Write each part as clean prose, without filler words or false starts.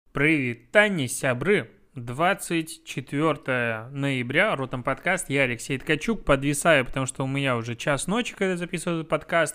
Привет, Таня, сябры. 24 ноября, Ротом подкаст, я Алексей Ткачук, подвисаю, потому что у меня уже час ночи, когда записываю этот подкаст.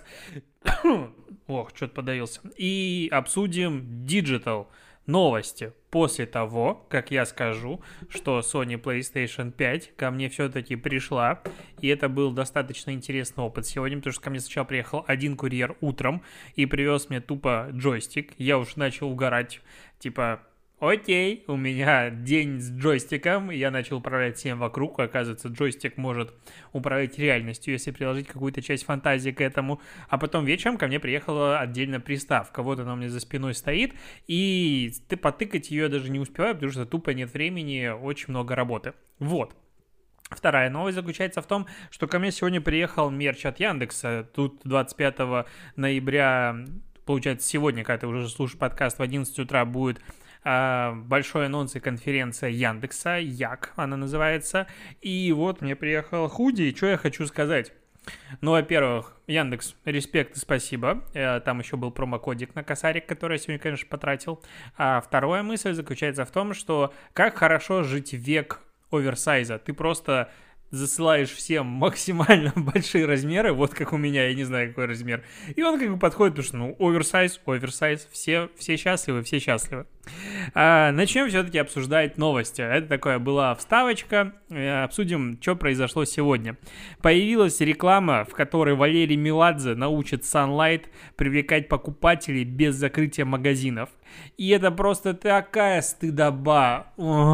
Ох, что-то подавился. И обсудим Digital новости после того, как я скажу, что Sony PlayStation 5 ко мне все-таки пришла, и это был достаточно интересный опыт сегодня, потому что ко мне сначала приехал один курьер утром и привез мне тупо джойстик, я уж начал угорать, типа... Окей, у меня день с джойстиком, я начал управлять всем вокруг, оказывается, джойстик может управлять реальностью, если приложить какую-то часть фантазии к этому, а потом вечером ко мне приехала отдельно приставка, вот она у меня за спиной стоит, и ты потыкать ее даже не успеваю, потому что тупо нет времени, очень много работы. Вот. Вторая новость заключается в том, что ко мне сегодня приехал мерч от Яндекса, тут 25 ноября, получается сегодня, когда ты уже слушаешь подкаст, в 11 утра будет большой анонс и конференция Яндекса, Як она называется, и вот мне приехал худи, и что я хочу сказать. Ну, во-первых, Яндекс, респект и спасибо, там еще был промокодик на косарик, который я сегодня, конечно, потратил. А вторая мысль заключается в том, что как хорошо жить в век оверсайза, ты просто... засылаешь всем максимально большие размеры, вот как у меня, я не знаю, какой размер, и он как бы подходит, потому что, ну, оверсайз, все счастливы, все счастливы. Начнем все-таки обсуждать новости. Это такая была вставочка, обсудим, что произошло сегодня. Появилась реклама, в которой Валерий Меладзе научит Sunlight привлекать покупателей без закрытия магазинов. И это просто такая стыдоба.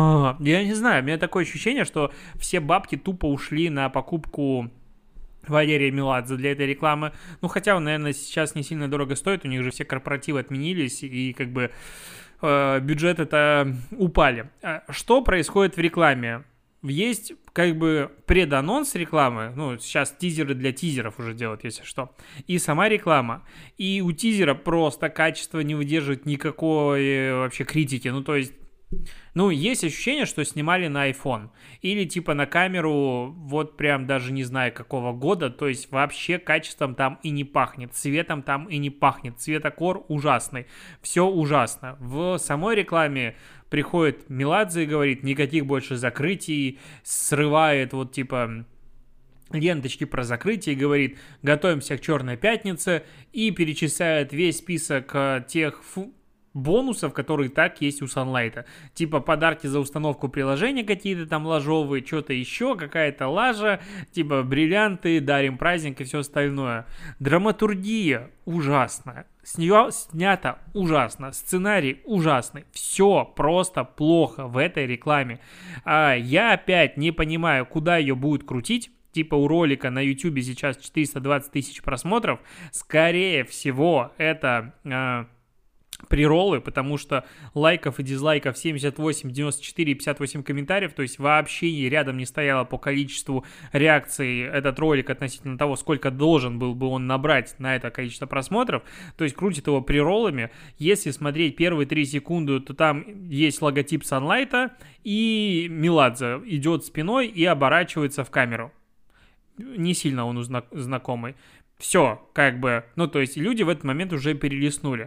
Я не знаю, у меня такое ощущение, что все бабки тупо ушли на покупку Валерия Меладзе для этой рекламы. Ну, хотя он, наверное, сейчас не сильно дорого стоит, у них же все корпоративы отменились, и как бы бюджеты-то упали. Что происходит в рекламе? Есть как бы преданонс рекламы, ну, сейчас тизеры для тизеров уже делают, если что, и сама реклама. И у тизера просто качество не выдерживает никакой вообще критики, ну, то есть, ну, есть ощущение, что снимали на iPhone. Или типа на камеру, вот прям даже не знаю какого года, то есть вообще качеством там и не пахнет, цветом там и не пахнет, цветокор ужасный, все ужасно. В самой рекламе приходит Меладзе и говорит, никаких больше закрытий, срывает вот типа... ленточки про закрытие, говорит, готовимся к Черной пятнице, и перечисляет весь список тех бонусов, которые так есть у Sunlight. Типа подарки за установку приложения какие-то там ложовые, что-то еще, какая-то лажа, типа бриллианты, дарим праздник и все остальное. Драматургия ужасная. С нее снято ужасно, сценарий ужасный, все просто плохо в этой рекламе. Я опять не понимаю, куда ее будут крутить. Типа у ролика на YouTube сейчас 420 тысяч просмотров. Скорее всего, это приролы, потому что лайков и дизлайков 78, 94 и 58 комментариев, то есть вообще рядом не стояло по количеству реакций этот ролик относительно того, сколько должен был бы он набрать на это количество просмотров, то есть крутит его приролами. Если смотреть первые 3 секунды, то там есть логотип Sunlight, и Меладзе идет спиной и оборачивается в камеру. Не сильно он знакомый. Все, как бы, ну, то есть люди в этот момент уже перелистнули.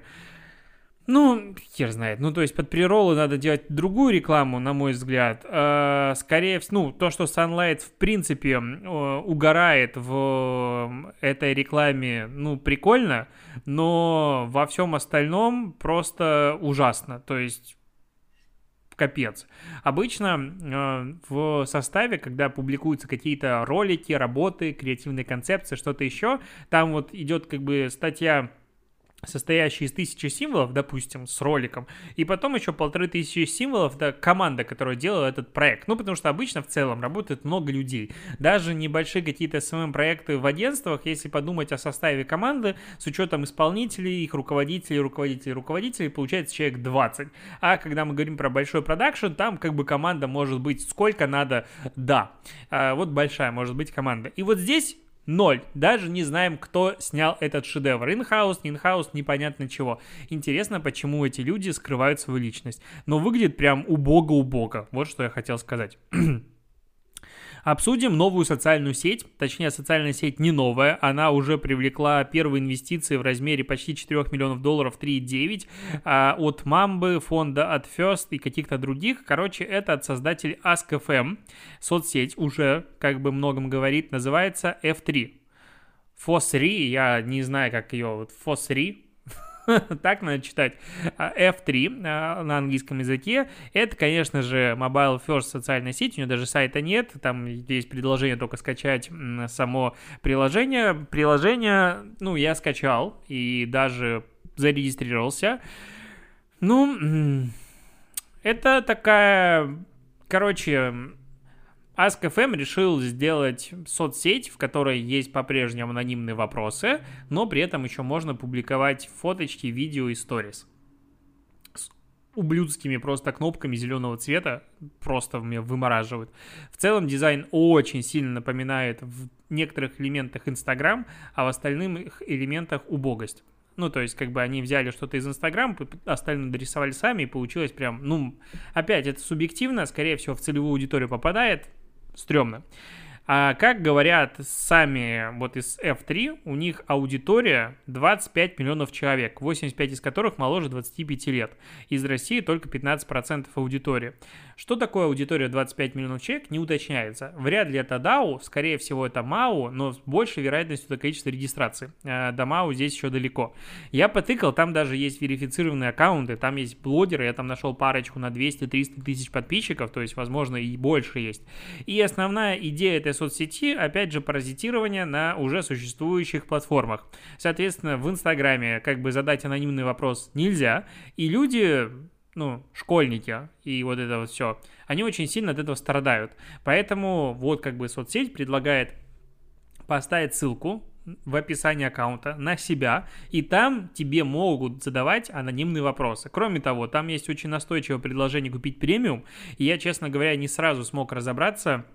Ну, хер знает. Ну, то есть под приролы надо делать другую рекламу, на мой взгляд. Скорее всего, ну, то, что Sunlight в принципе угорает в этой рекламе, ну, прикольно, но во всем остальном просто ужасно. То есть... капец. Обычно в составе, когда публикуются какие-то ролики, работы, креативные концепции, что-то еще, там вот идет как бы статья, состоящая из 1000 символов, допустим, с роликом, и потом еще 1500 символов, это команда, которая делала этот проект. Ну, потому что обычно в целом работает много людей. Даже небольшие какие-то СММ-проекты в агентствах, если подумать о составе команды, с учетом исполнителей, их руководителей, получается человек 20. А когда мы говорим про большой продакшн, там как бы команда может быть сколько надо, да. Вот большая может быть команда. И вот здесь 0. Даже не знаем, кто снял этот шедевр. Инхаус, не инхаус, непонятно чего. Интересно, почему эти люди скрывают свою личность. Но выглядит прям убого-убого. Вот что я хотел сказать. Обсудим новую социальную сеть, точнее, социальная сеть не новая, она уже привлекла первые инвестиции в размере почти $4 миллионов, 3,9 от Mamba, фонда от First и каких-то других. Короче, это от создателей Ask.fm, соцсеть уже как бы многом говорит, называется F3. FOSS3, я не знаю, как ее, FOSS3, так надо читать, F3 на английском языке. Это, конечно же, Mobile First социальная сеть, у нее даже сайта нет, там есть предложение только скачать само приложение. Приложение, я скачал и даже зарегистрировался. Это такая, Ask.fm решил сделать соцсеть, в которой есть по-прежнему анонимные вопросы, но при этом еще можно публиковать фоточки, видео и сторис. С ублюдскими просто кнопками зеленого цвета, просто меня вымораживают. В целом дизайн очень сильно напоминает в некоторых элементах Instagram, а в остальных элементах убогость. То есть, они взяли что-то из Инстаграма, остальное дорисовали сами, и получилось прям, опять, это субъективно, скорее всего, в целевую аудиторию попадает, стрёмно. А как говорят сами из F3, у них аудитория 25 миллионов человек, 85 из которых моложе 25 лет. Из России только 15% аудитории. Что такое аудитория 25 миллионов человек, не уточняется. Вряд ли это DAO, скорее всего это MAU, но с большей вероятностью это количество регистраций. До MAU здесь еще далеко. Я потыкал, там даже есть верифицированные аккаунты, там есть блогеры, я там нашел парочку на 200-300 тысяч подписчиков, то есть, возможно, и больше есть. И основная идея этой соцсети, опять же, паразитирование на уже существующих платформах. Соответственно, в Инстаграме задать анонимный вопрос нельзя, и люди, школьники и это все, они очень сильно от этого страдают. Поэтому соцсеть предлагает поставить ссылку в описании аккаунта на себя, и там тебе могут задавать анонимные вопросы. Кроме того, там есть очень настойчивое предложение купить премиум, и я, честно говоря, не сразу смог разобраться,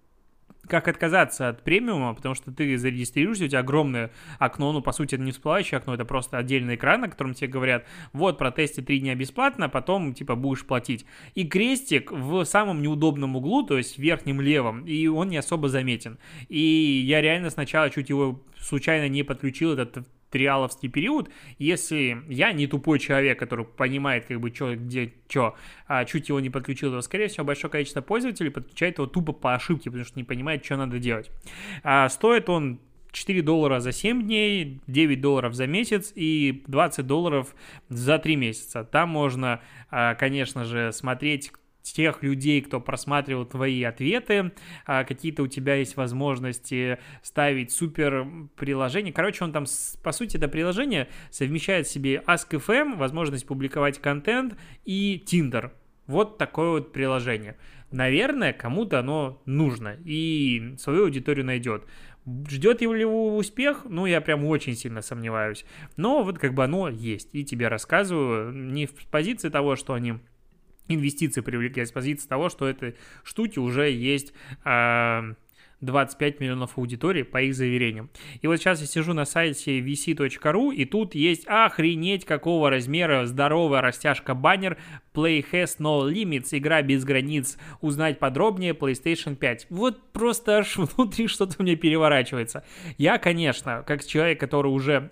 как отказаться от премиума, потому что ты зарегистрируешься, у тебя огромное окно, по сути, это не всплывающее окно, это просто отдельный экран, на котором тебе говорят, протести 3 дня бесплатно, а потом, будешь платить. И крестик в самом неудобном углу, то есть в верхнем левом, и он не особо заметен. И я реально сначала чуть его случайно не подключил, этот триаловский период. Если я не тупой человек, который понимает, что, где, что, а чуть его не подключил, то, скорее всего, большое количество пользователей подключает его тупо по ошибке, потому что не понимает, что надо делать. Стоит он $4 за 7 дней, $9 за месяц и $20 за 3 месяца. Там можно, конечно же, смотреть тех людей, кто просматривал твои ответы, какие-то у тебя есть возможности ставить супер приложения. Он там, по сути, это приложение совмещает в себе Ask.fm, возможность публиковать контент и Tinder. Вот такое приложение. Наверное, кому-то оно нужно и свою аудиторию найдет. Ждет ли его успех? Я прям очень сильно сомневаюсь. Но оно есть. И тебе рассказываю не в позиции того, что они инвестиции привлекли, а с позиции того, что этой штуки уже есть 25 миллионов аудитории по их заверениям. И сейчас я сижу на сайте vc.ru, и тут есть охренеть какого размера здоровая растяжка баннер Play has no limits, игра без границ. Узнать подробнее PlayStation 5. Просто аж внутри что-то у меня переворачивается. Я, конечно, как человек, который уже,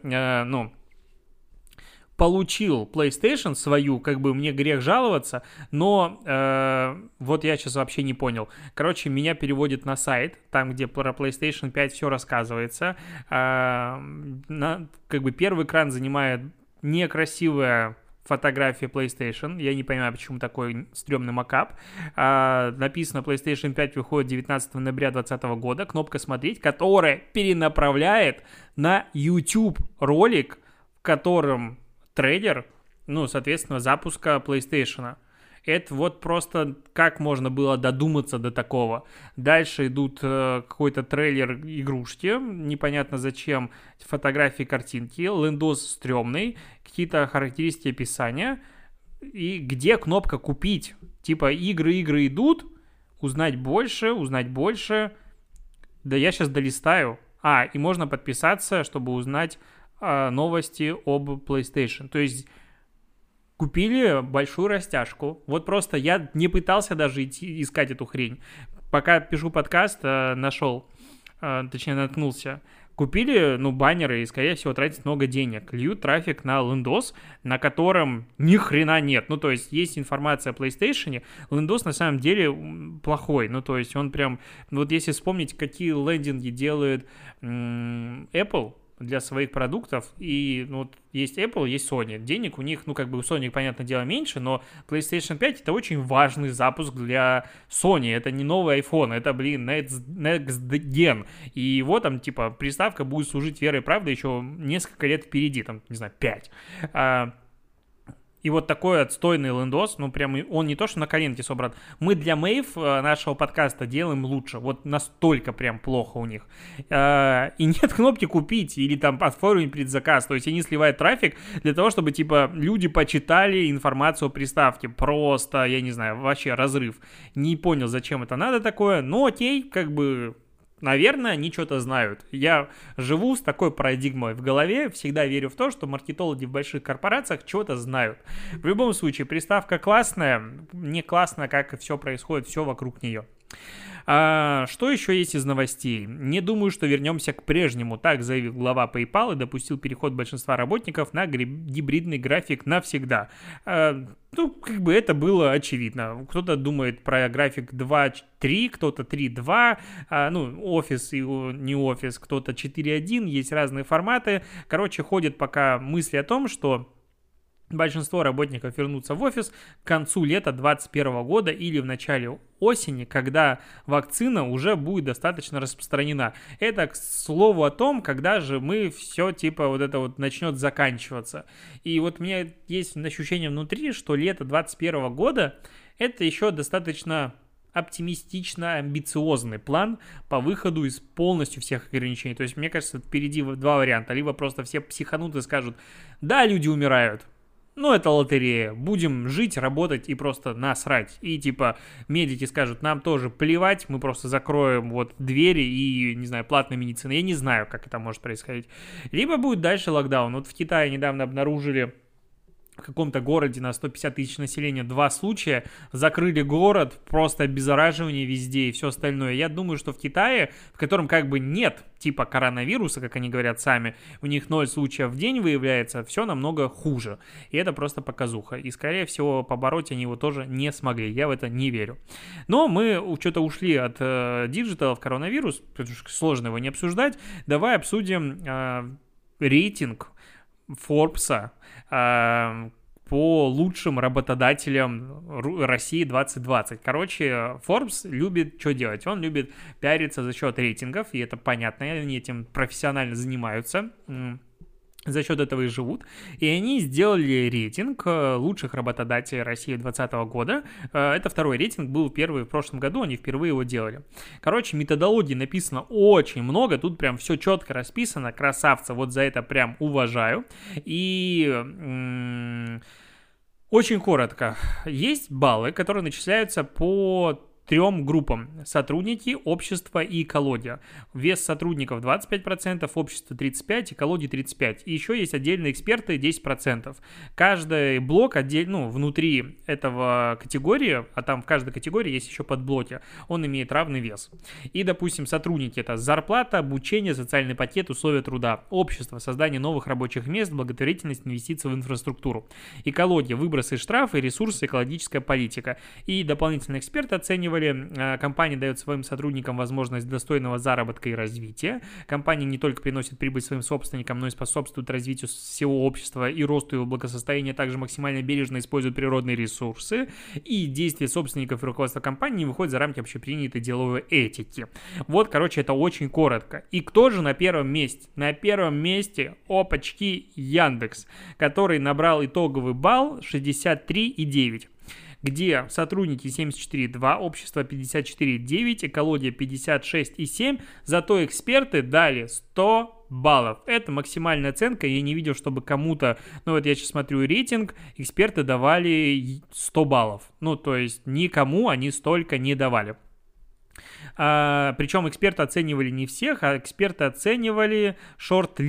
получил PlayStation свою, мне грех жаловаться, но я сейчас вообще не понял. Меня переводят на сайт, там, где про PlayStation 5 все рассказывается. Первый экран занимает некрасивая фотография PlayStation. Я не понимаю, почему такой стрёмный макап. Написано, PlayStation 5 выходит 19 ноября 2020 года. Кнопка «Смотреть», которая перенаправляет на YouTube ролик, в котором трейлер, соответственно, запуска PlayStation. Это просто как можно было додуматься до такого. Дальше идут какой-то трейлер игрушки, непонятно зачем, фотографии, картинки, лендос стрёмный, какие-то характеристики описания. И где кнопка «Купить»? Игры идут, узнать больше. Да я сейчас долистаю. И можно подписаться, чтобы узнать новости об PlayStation. То есть купили большую растяжку. Просто я не пытался даже искать эту хрень. пока пишу подкаст, наткнулся. Купили, баннеры и, скорее всего, тратят много денег. Льют трафик на Лендос, на котором ни хрена нет. То есть, есть информация о PlayStation. Лендос на самом деле плохой. То есть, он прям... если вспомнить, какие лендинги делает Apple для своих продуктов, и есть Apple, есть Sony. Денег у них, у Sony, понятное дело, меньше, но PlayStation 5 это очень важный запуск для Sony. Это не новый iPhone, это, next gen. И его там, приставка будет служить верой и правдой еще несколько лет впереди, 5. И вот такой отстойный лендос, прям он не то, что на коленке собран. Мы для Мэйв нашего подкаста делаем лучше. Вот настолько прям плохо у них. И нет кнопки купить или оформить предзаказ. То есть они сливают трафик для того, чтобы, люди почитали информацию о приставке. Просто, я не знаю, вообще разрыв. Не понял, зачем это надо такое. Но окей, наверное, они что-то знают. Я живу с такой парадигмой в голове, всегда верю в то, что маркетологи в больших корпорациях чего-то знают. В любом случае, приставка классная, не классно, как все происходит, все вокруг нее. Что еще есть из новостей? Не думаю, что вернемся к прежнему. Так заявил глава PayPal и допустил переход большинства работников на гибридный график навсегда. Это было очевидно. Кто-то думает про график 2.3, кто-то 3.2, офис и не офис, кто-то 4.1, есть разные форматы. Ходят пока мысли о том, что большинство работников вернутся в офис к концу лета 2021 года или в начале осени, когда вакцина уже будет достаточно распространена. Это к слову о том, когда же мы все начнет заканчиваться. И у меня есть ощущение внутри, что лето 2021 года это еще достаточно оптимистично амбициозный план по выходу из полностью всех ограничений. То есть, мне кажется, впереди два варианта. Либо просто все психанут и скажут: да, люди умирают, это лотерея, будем жить, работать и просто насрать. И медики скажут: нам тоже плевать, мы просто закроем двери и, не знаю, платная медицина. Я не знаю, как это может происходить. Либо будет дальше локдаун. В Китае недавно обнаружили в каком-то городе на 150 тысяч населения 2 случая, закрыли город, просто обеззараживание везде и все остальное. Я думаю, что в Китае, в котором нет коронавируса, как они говорят сами, у них 0 случаев в день выявляется, все намного хуже. И это просто показуха. И, скорее всего, побороть они его тоже не смогли. Я в это не верю. Но мы что-то ушли от диджитала в коронавирус, потому что сложно его не обсуждать. Давай обсудим рейтинг Форбса по лучшим работодателям России 2020. Forbes любит что делать? Он любит пиариться за счет рейтингов, и это понятно, они этим профессионально занимаются. За счет этого и живут. И они сделали рейтинг лучших работодателей России 2020 года. Это второй рейтинг, был первый в прошлом году, они впервые его делали. Методологии написано очень много, тут прям все четко расписано, красавцы, за это прям уважаю. И очень коротко. Есть баллы, которые начисляются по 3 группам: сотрудники, общество и экология. Вес сотрудников 25%, общество 35%, экология 35%. И еще есть отдельные эксперты 10%. Каждый блок внутри этого категории, а там в каждой категории есть еще подблоки, он имеет равный вес. И, допустим, сотрудники — это зарплата, обучение, социальный пакет, условия труда. Общество — создание новых рабочих мест, благотворительность, инвестиции в инфраструктуру. Экология — выбросы, штрафы, ресурсы, экологическая политика. И дополнительные эксперты оценивали: компания дает своим сотрудникам возможность достойного заработка и развития. Компания не только приносит прибыль своим собственникам, но и способствует развитию всего общества и росту его благосостояния, также максимально бережно использует природные ресурсы. И действия собственников и руководства компании не выходят за рамки общепринятой деловой этики. Это очень коротко. И кто же на первом месте? На первом месте, опачки, Яндекс, который набрал итоговый балл 63,9. Где сотрудники 74,2, общество 54,9, экология 56,7, зато эксперты дали 100 баллов. Это максимальная оценка, я не видел, чтобы кому-то, я сейчас смотрю рейтинг, эксперты давали 100 баллов. То есть никому они столько не давали. Причем эксперты оценивали не всех, а эксперты оценивали шорт-лист.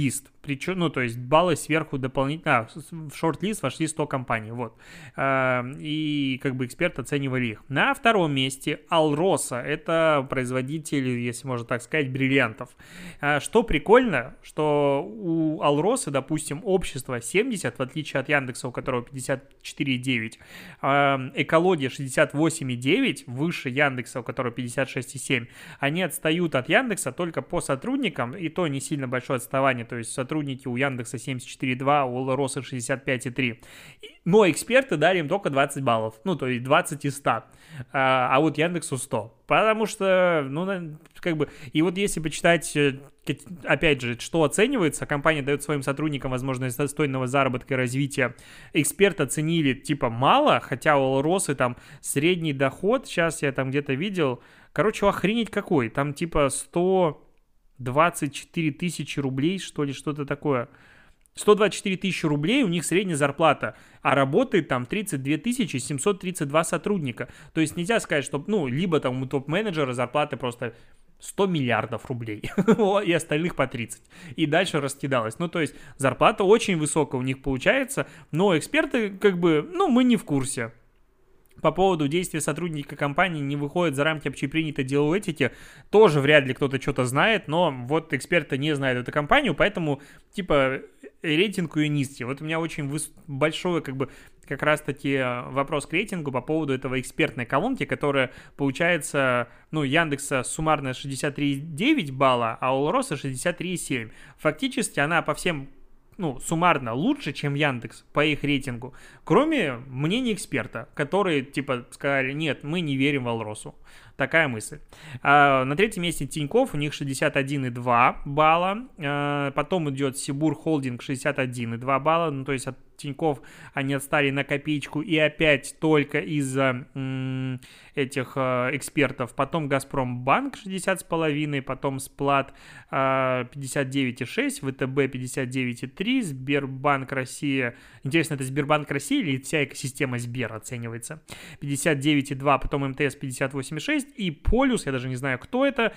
Причем, ну, то есть баллы сверху дополнительно... в шорт-лист вошли 100 компаний, вот. И как бы эксперты оценивали их. На втором месте Alrosa, это производитель, если можно так сказать, бриллиантов. Что прикольно, что у Alrosa, допустим, общество 70, в отличие от Яндекса, у которого 54,9, Экология 68,9, выше Яндекса, у которого 56,7. Они отстают от Яндекса только по сотрудникам, и то не сильно большое отставание, то есть сотрудники у Яндекса 74,2, у Alrosa 65,3. Но эксперты дали им только 20 баллов, ну, то есть 20 из 100, а вот Яндексу 100. Потому что, ну, как бы, и вот если почитать, опять же, что оценивается, компания дает своим сотрудникам возможность достойного заработка и развития. Эксперты оценили, типа, мало, хотя у Alrosa там средний доход, сейчас я там где-то видел, короче, охренеть какой, там типа 124 тысячи рублей, что ли, что-то такое. 124 тысячи рублей у них средняя зарплата, а работает там 32 732 сотрудника. То есть нельзя сказать, что, ну, либо там у топ-менеджера зарплаты просто 100 миллиардов рублей, и остальных по 30. И дальше раскидалось. Ну, то есть зарплата очень высокая у них получается, но эксперты как бы, ну, мы не в курсе. По поводу действия сотрудника компании не выходит за рамки общепринятой деловой этики, тоже вряд ли кто-то что-то знает, но вот эксперты не знают эту компанию, поэтому, типа, рейтинг ее низкий. Вот у меня очень большой, как раз-таки вопрос к рейтингу по поводу этого экспертной колонки, которая, получается, ну, Яндекса суммарно 63,9 балла, а у Alrosa 63,7. Фактически она по всем, ну, суммарно лучше, чем Яндекс по их рейтингу, кроме мнения эксперта, которые, типа, сказали, нет, мы не верим в Alrosa. Такая мысль. На третьем месте Тинькофф, у них 61,2 балла. Потом идет Сибур Холдинг 61,2 балла. Ну, то есть от Тинькофф они отстали на копеечку. И опять только из-за этих экспертов. Потом Газпромбанк 60,5. Потом Сплат 59,6. ВТБ 59,3. Сбербанк Россия. Интересно, это Сбербанк России или вся экосистема Сбер оценивается? 59,2. Потом МТС 58,6. И Полюс, я даже не знаю, кто это,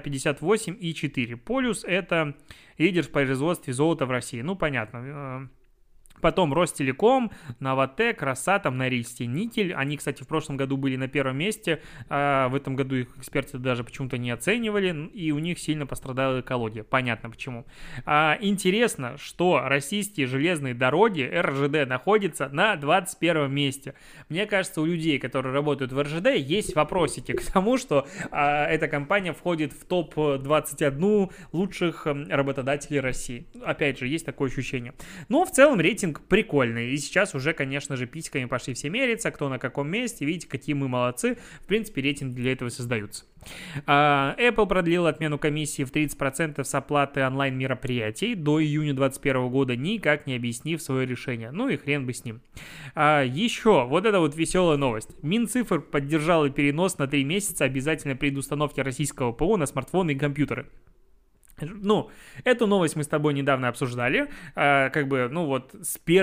58,4. Полюс — это лидер в производстве золота в России. Ну, понятно. Потом Ростелеком, Новотек, Росатом, Норильский никель. Они, кстати, в прошлом году были на первом месте. В этом году их эксперты даже почему-то не оценивали. И у них сильно пострадала экология. Понятно почему. Интересно, что российские железные дороги, РЖД, находятся на 21 месте. Мне кажется, у людей, которые работают в РЖД, есть вопросики к тому, что эта компания входит в топ-21 лучших работодателей России. Опять же, есть такое ощущение. Но в целом рейтинг прикольный. И сейчас уже, конечно же, письками пошли все мериться, кто на каком месте. Видите, какие мы молодцы. В принципе, рейтинги для этого создаются. Apple продлил отмену комиссии в 30% с оплаты онлайн-мероприятий до июня 2021 года, никак не объяснив свое решение. Ну и хрен бы с ним. Еще, вот это вот веселая новость. Минцифр поддержала перенос на 3 месяца обязательной предустановки российского ПО на смартфоны и компьютеры. Ну, эту новость мы с тобой недавно обсуждали, ну вот с 1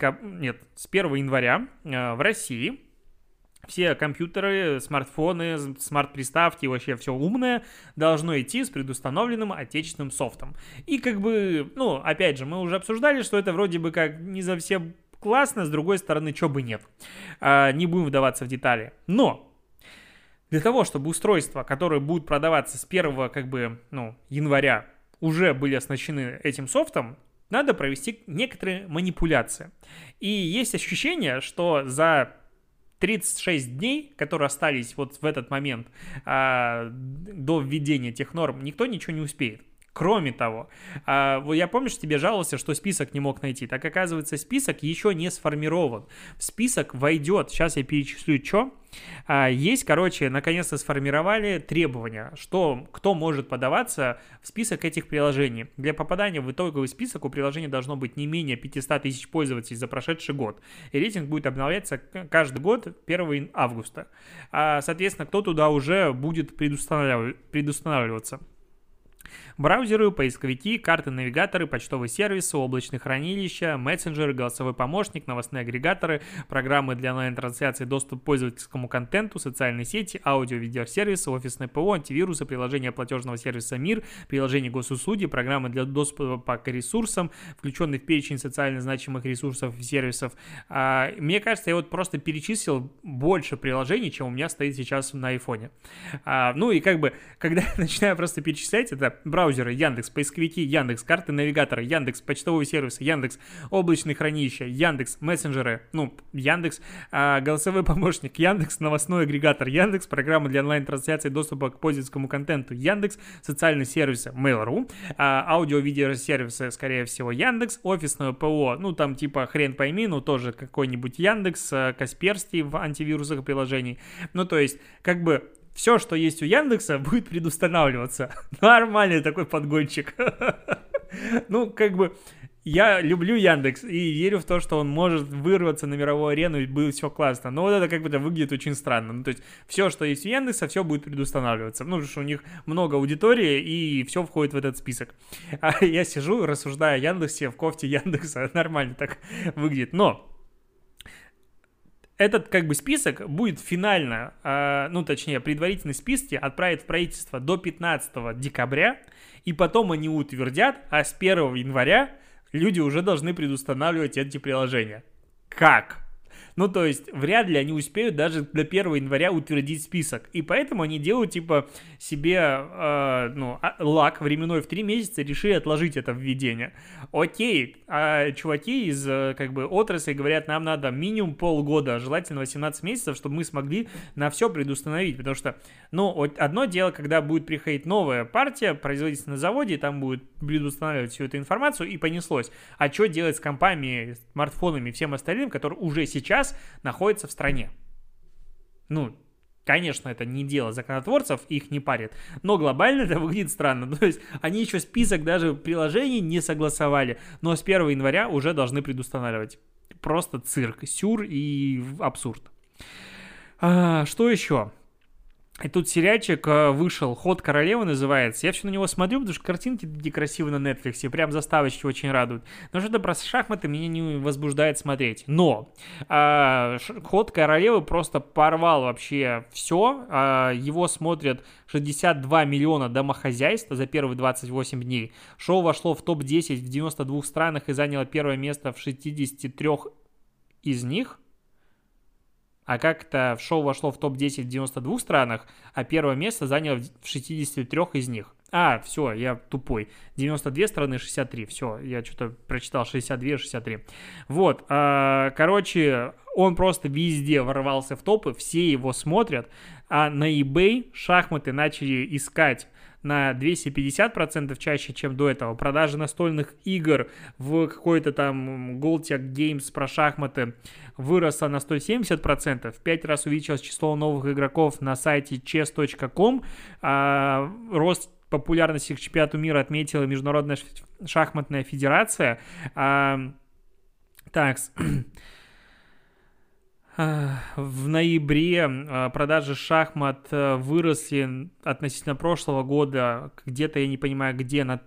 января в России все компьютеры, смартфоны, смарт-приставки, вообще все умное должно идти с предустановленным отечественным софтом. И ну, опять же, мы уже обсуждали, что это вроде бы как не совсем классно, с другой стороны, чё бы нет. Не будем вдаваться в детали. Но для того, чтобы устройства, которые будут продаваться с 1 января, уже были оснащены этим софтом, надо провести некоторые манипуляции. И есть ощущение, что за 36 дней, которые остались вот в этот момент до введения тех норм, никто ничего не успеет. Кроме того, я помню, что тебе жаловался, что список не мог найти. Так оказывается, список еще не сформирован. В список войдет, сейчас я перечислю, что. Есть, наконец-то сформировали требования, что кто может подаваться в список этих приложений. Для попадания в итоговый список у приложения должно быть не менее 500 тысяч пользователей за прошедший год. И рейтинг будет обновляться каждый год 1 августа. Соответственно, кто туда уже будет предустанавливаться. Браузеры, поисковики, карты, навигаторы, почтовые сервисы, облачные хранилища, мессенджеры, голосовой помощник, новостные агрегаторы, программы для онлайн-трансляции, доступ к пользовательскому контенту, социальные сети, аудио-видеосервисы, офисное ПО, антивирусы, приложения платежного сервиса МИР, приложения госуслуги, программы для доступа к ресурсам, включенные в перечень социально значимых ресурсов и сервисов. Мне кажется, я вот просто перечислил больше приложений, чем у меня стоит сейчас на айфоне. Ну и как бы, когда я начинаю просто перечислять, это браузеры, Яндекс, поисковики, Яндекс, карты навигатора, Яндекс, почтовые сервисы, Яндекс, облачные хранилища, Яндекс, мессенджеры, Яндекс, голосовой помощник, Яндекс, новостной агрегатор, Яндекс, программа для онлайн-трансляции доступа к пользовательскому контенту, Яндекс, социальные сервисы, Mail.ru, аудио-видеосервисы, скорее всего, Яндекс, офисное ПО, там типа хрен пойми, тоже какой-нибудь Яндекс, Касперский в антивирусах приложений. То есть, как бы, все, что есть у Яндекса, будет предустанавливаться. Нормальный такой подгончик. Как бы, я люблю Яндекс и верю в то, что он может вырваться на мировую арену и будет все классно. Но вот это как бы выглядит очень странно. То есть, все, что есть у Яндекса, все будет предустанавливаться. Потому что у них много аудитории, и все входит в этот список. А я сижу, рассуждаю о Яндексе в кофте Яндекса. Нормально так выглядит. Но этот как бы список будет финально, точнее, предварительные списки отправят в правительство до 15 декабря, и потом они утвердят, а с 1 января люди уже должны предустанавливать эти приложения. Как? То есть, вряд ли они успеют даже до 1 января утвердить список. И поэтому они делают, типа, себе, лак временной в 3 месяца, решили отложить это введение. Окей, а чуваки из, отрасли говорят, нам надо минимум полгода, желательно 18 месяцев, чтобы мы смогли на все предустановить. Потому что, одно дело, когда будет приходить новая партия, производитель на заводе, там будет предустанавливать всю эту информацию, и понеслось. А что делать с компами, смартфонами и всем остальным, которые уже сейчас находится в стране? Конечно, это не дело законотворцев, их не парит, но глобально это выглядит странно. То есть они еще список даже приложений не согласовали, но с 1 января уже должны предустанавливать. Просто цирк, сюр и абсурд. Что еще? И тут сериальчик вышел, «Ход королевы» называется. Я все на него смотрю, потому что картинки такие красивые на Netflix, прям заставочки очень радуют. Но что-то про шахматы меня не возбуждает смотреть. Но «Ход королевы» просто порвал вообще все. Его смотрят 62 миллиона домохозяйств за первые 28 дней. Шоу вошло в топ-10 в 92 странах и заняло первое место в 63 из них. А как-то шоу вошло в топ-10 в 92 странах, а первое место заняло в 63 из них. Все, я тупой. 92 страны, 63. Все, я что-то прочитал 62, 63. Вот, он просто везде ворвался в топы, все его смотрят, а на eBay шахматы начали искать на 250% чаще, чем до этого. Продажи настольных игр в какой-то там Goldtech Games про шахматы выросла на 170%. В 5 раз увеличилось число новых игроков на сайте chess.com. Рост популярности к чемпионату мира отметила Международная шахматная федерация. В ноябре продажи шахмат выросли относительно прошлого года, где-то, я не понимаю где, на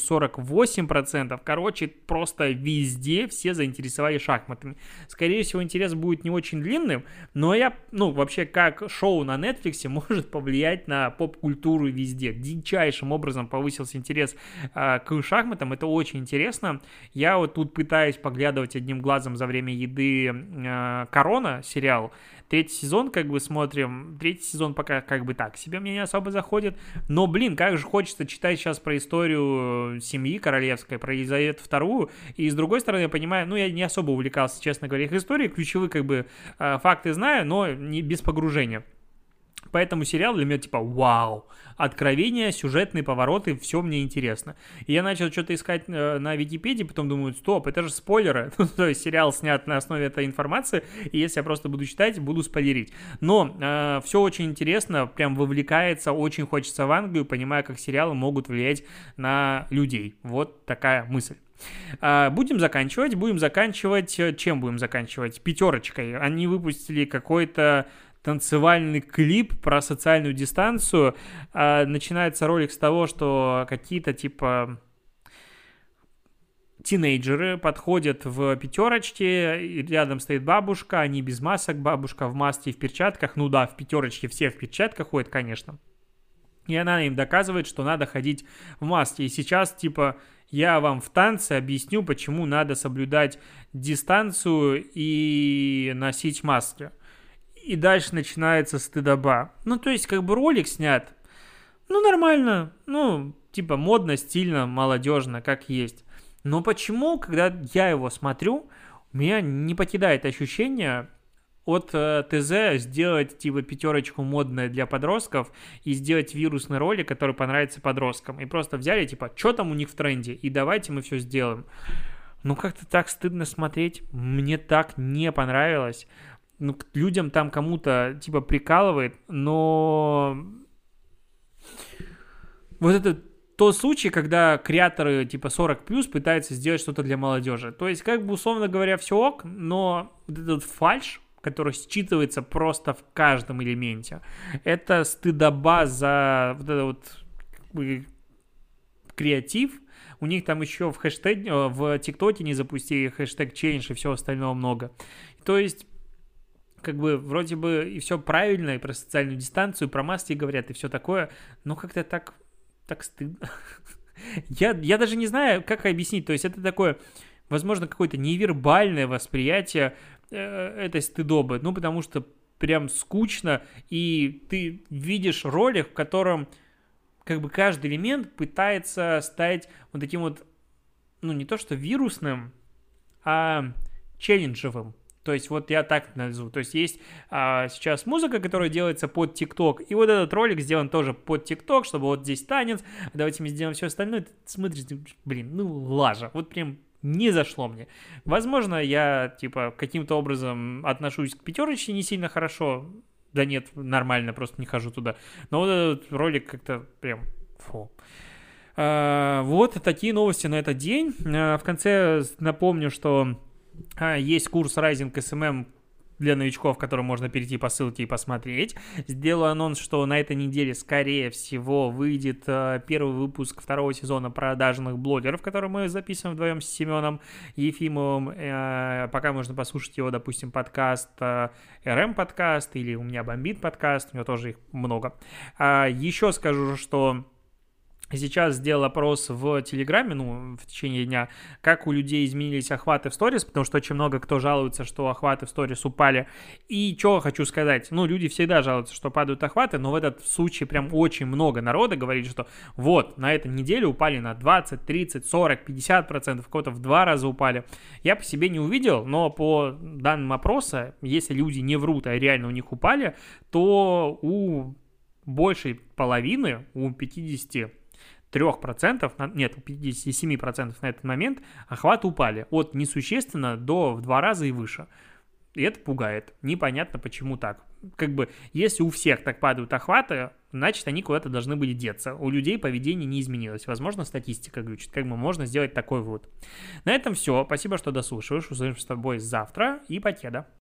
1048%. Просто везде все заинтересовали шахматами. Скорее всего, интерес будет не очень длинным, но вообще, как шоу на Netflix может повлиять на поп-культуру везде. Дичайшим образом повысился интерес к шахматам, это очень интересно. Я вот тут пытаюсь поглядывать одним глазом за время еды «Корона», сериал. 3-й сезон смотрим. 3-й сезон пока так себе мне не особо заходит. Но, как же хочется читать сейчас про историю семьи королевской, про Елизавету II. И с другой стороны, я понимаю, я не особо увлекался, честно говоря, их историей. Ключевые факты знаю, но не без погружения. Поэтому сериал для меня вау, откровения, сюжетные повороты, все мне интересно. И я начал что-то искать на Википедии, потом думаю, стоп, это же спойлеры. То есть сериал снят на основе этой информации, и если я просто буду читать, буду спойлерить. Но все очень интересно, прям вовлекается, очень хочется в Англию, понимая, как сериалы могут влиять на людей. Вот такая мысль. Будем заканчивать. Чем будем заканчивать? 5. Они выпустили какой-то танцевальный клип про социальную дистанцию. Начинается ролик с того, что какие-то типа тинейджеры подходят в пятерочке, рядом стоит бабушка, они без масок, бабушка в маске и в перчатках. Ну да, в пятерочке все в перчатках ходят, конечно. И она им доказывает, что надо ходить в маске. И сейчас, типа, я вам в танце объясню, почему надо соблюдать дистанцию и носить маски. И дальше начинается стыдоба. Ну, то есть, как бы ролик снят, ну, нормально, ну, типа, модно, стильно, молодежно, как есть. Но почему, когда я его смотрю, меня не покидает ощущение от ТЗ сделать, типа, пятерочку модное для подростков и сделать вирусный ролик, который понравится подросткам. И просто взяли, типа, что там у них в тренде, и давайте мы все сделаем. Ну, как-то так стыдно смотреть. Мне так не понравилось. Ну, людям там кому-то, типа, прикалывает, но вот это тот случай, когда креаторы типа 40+ пытаются сделать что-то для молодежи. То есть, как бы, условно говоря, все ок, но вот этот фальшь, который считывается просто в каждом элементе, это стыдоба за вот это вот как бы креатив. У них там еще в хэштеге, в ТикТоке не запустили хэштег челлендж и все остальное много. То есть, как бы, вроде бы и все правильно, и про социальную дистанцию, и про маски говорят, и все такое, но как-то так стыдно. Я даже не знаю, как объяснить. То есть это такое, возможно, какое-то невербальное восприятие этой стыдобы. Ну, потому что прям скучно, и ты видишь ролик, в котором как бы каждый элемент пытается стать вот таким вот, ну, не то что вирусным, а челленджевым. То есть вот я так назову. То есть есть сейчас музыка, которая делается под ТикТок, и вот этот ролик сделан тоже под ТикТок, чтобы вот здесь танец, давайте мы сделаем все остальное. Ты смотришь, блин, ну лажа, вот прям не зашло мне. Возможно, я типа каким-то образом отношусь к пятерочке не сильно хорошо, да нет, нормально, просто не хожу туда. Но вот этот ролик как-то прям фу. Вот такие новости на этот день. В конце напомню, что есть курс Rising SMM для новичков, в который можно перейти по ссылке и посмотреть. Сделаю анонс, что на этой неделе, скорее всего, выйдет первый выпуск второго сезона продажных блогеров, который мы записываем вдвоем с Семеном Ефимовым. Пока можно послушать его, допустим, подкаст RM подкаст или у меня бомбит подкаст, у него тоже их много. Еще скажу, что сейчас сделал опрос в Телеграме, ну, в течение дня, как у людей изменились охваты в сторис, потому что очень много кто жалуется, что охваты в сторис упали. И что хочу сказать, ну, люди всегда жалуются, что падают охваты, но в этот случай прям очень много народа говорит, что вот, на этой неделе упали на 20, 30, 40, 50%, кого-то в 2 раза упали. Я по себе не увидел, но по данным опроса, если люди не врут, а реально у них упали, то у большей половины, у 53%, нет, у 57% на этот момент охваты упали от несущественно до в 2 раза и выше. И это пугает. Непонятно, почему так. Как бы, если у всех так падают охваты, значит, они куда-то должны были деться. У людей поведение не изменилось. Возможно, статистика глючит. Как бы можно сделать такой вывод. На этом все. Спасибо, что дослушиваешь. Услышимся с тобой завтра. И покеда.